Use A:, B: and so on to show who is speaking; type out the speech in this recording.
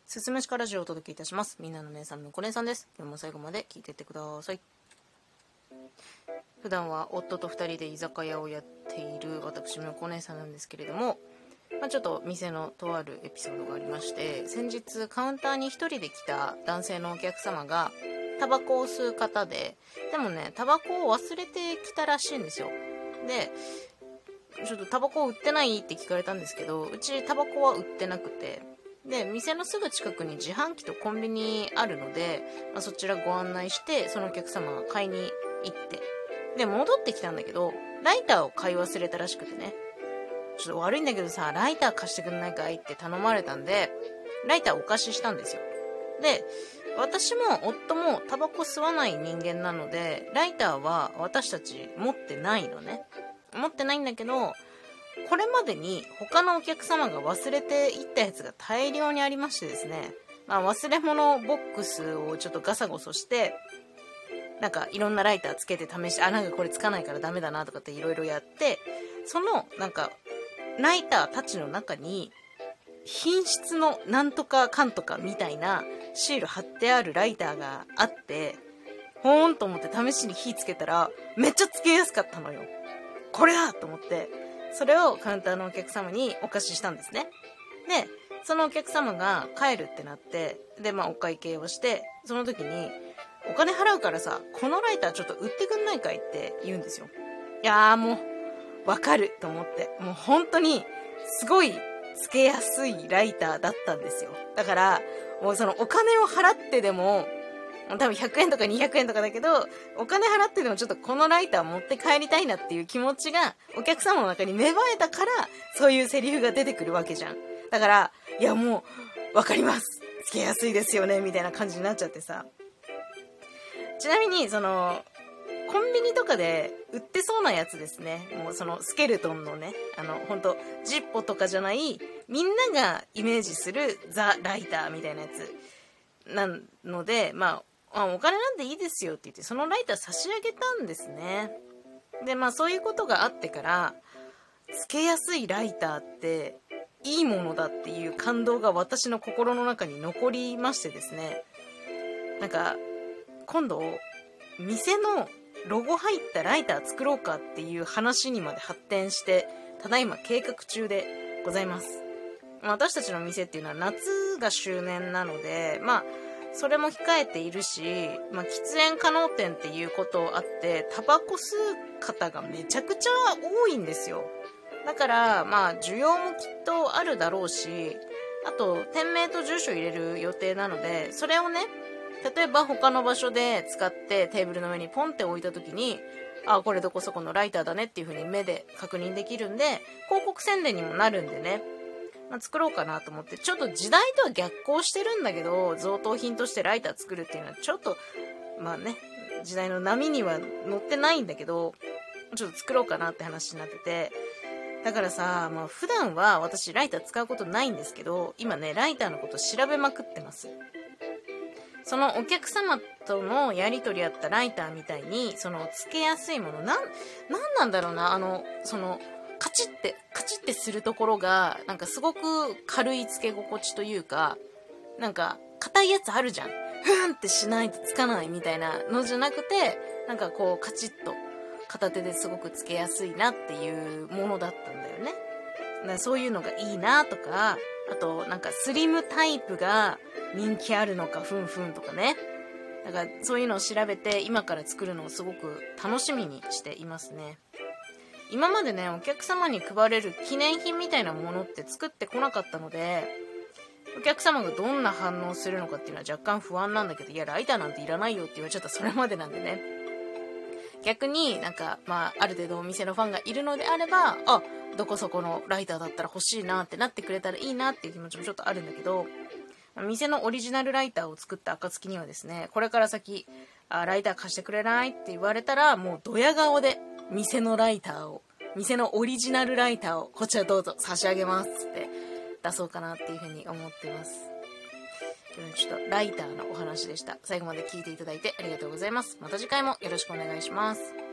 A: すすむしかラジオをお届けいたします。みんなの姉さんのこねさんです。今日も最後まで聞いてってください。普段は夫と2人で居酒屋をやっている私のこねさんなんですけれども、ちょっと店のとあるエピソードがありまして、先日カウンターに1人で来た男性のお客様がタバコを吸う方で、でもねタバコを忘れてきたらしいんですよ。でちょっとタバコ売ってないって聞かれたんですけど、うちタバコは売ってなくて、で店のすぐ近くに自販機とコンビニあるので、そちらご案内してそのお客様が買いに行って、で戻ってきたんだけどライターを買い忘れたらしくてね、ちょっと悪いんだけどさライター貸してくんないかいって頼まれたんで、ライターお貸ししたんですよ。で私も夫もタバコ吸わない人間なので、ライターは私たち持ってないのね。持ってないんだけど、これまでに他のお客様が忘れていったやつが大量にありましてですね、忘れ物ボックスをちょっとガサゴソして、なんかいろんなライターつけて試して、なんかこれつかないからダメだなとかっていろいろやって、そのなんかライターたちの中に品質のなんとかかんとかみたいなシール貼ってあるライターがあって、ほーんと思って試しに火つけたらめっちゃつけやすかったのよ。これだと思って、それをカウンターのお客様にお貸ししたんですね。でそのお客様が帰るってなって、でお会計をして、その時にお金払うからさこのライターちょっと売ってくんないかいって言うんですよ。いやーもうわかると思って、もう本当にすごいつけやすいライターだったんですよ。だからもうそのお金を払ってでも、多分100円とか200円とかだけど、お金払ってでもちょっとこのライター持って帰りたいなっていう気持ちがお客様の中に芽生えたから、そういうセリフが出てくるわけじゃん。だからいやもうわかります、つけやすいですよねみたいな感じになっちゃってさ。ちなみにそのコンビニとかで売ってそうなやつですね。もうそのスケルトンのね、ほんとジッポとかじゃないみんながイメージするザ・ライターみたいなやつなので、お金なんでいいですよって言ってそのライター差し上げたんですね。でそういうことがあってから、つけやすいライターっていいものだっていう感動が私の心の中に残りましてですね、なんか今度店のロゴ入ったライター作ろうかっていう話にまで発展して、ただいま計画中でございます。私たちの店っていうのは夏が周年なので、それも控えているし、喫煙可能店っていうことあって、タバコ吸う方がめちゃくちゃ多いんですよ。だから需要もきっとあるだろうし、あと店名と住所入れる予定なので、それをね例えば他の場所で使ってテーブルの上にポンって置いた時に、これどこそこのライターだねっていう風に目で確認できるんで、広告宣伝にもなるんでね、作ろうかなと思って。ちょっと時代とは逆行してるんだけど、贈答品としてライター作るっていうのはちょっと時代の波には乗ってないんだけど、ちょっと作ろうかなって話になってて、だからさ、普段は私ライター使うことないんですけど、今ねライターのこと調べまくってます。そのお客様とのやり取りあったライターみたいに、そのつけやすいもの、なんだろうな、そのカチッてするところがなんかすごく軽いつけ心地というか、なんか硬いやつあるじゃん、ふんってしないとつかないみたいなのじゃなくて、なんかこうカチッと片手ですごくつけやすいなっていうものだったんだよね。そういうのがいいなとか、あとなんかスリムタイプが人気あるのかふんふんとかね、だからそういうのを調べて今から作るのをすごく楽しみにしていますね。今までねお客様に配れる記念品みたいなものって作ってこなかったので、お客様がどんな反応するのかっていうのは若干不安なんだけど、いやライターなんていらないよって言われちゃったらそれまでなんでね、逆になんかある程度お店のファンがいるのであれば、どこそこのライターだったら欲しいなってなってくれたらいいなっていう気持ちもちょっとあるんだけど、店のオリジナルライターを作った暁にはですね、これから先ライター貸してくれないって言われたら、もうドヤ顔で店のオリジナルライターをこちらどうぞ差し上げますって出そうかなっていうふうに思ってます。ちょっとライターのお話でした。最後まで聞いていただいてありがとうございます。また次回もよろしくお願いします。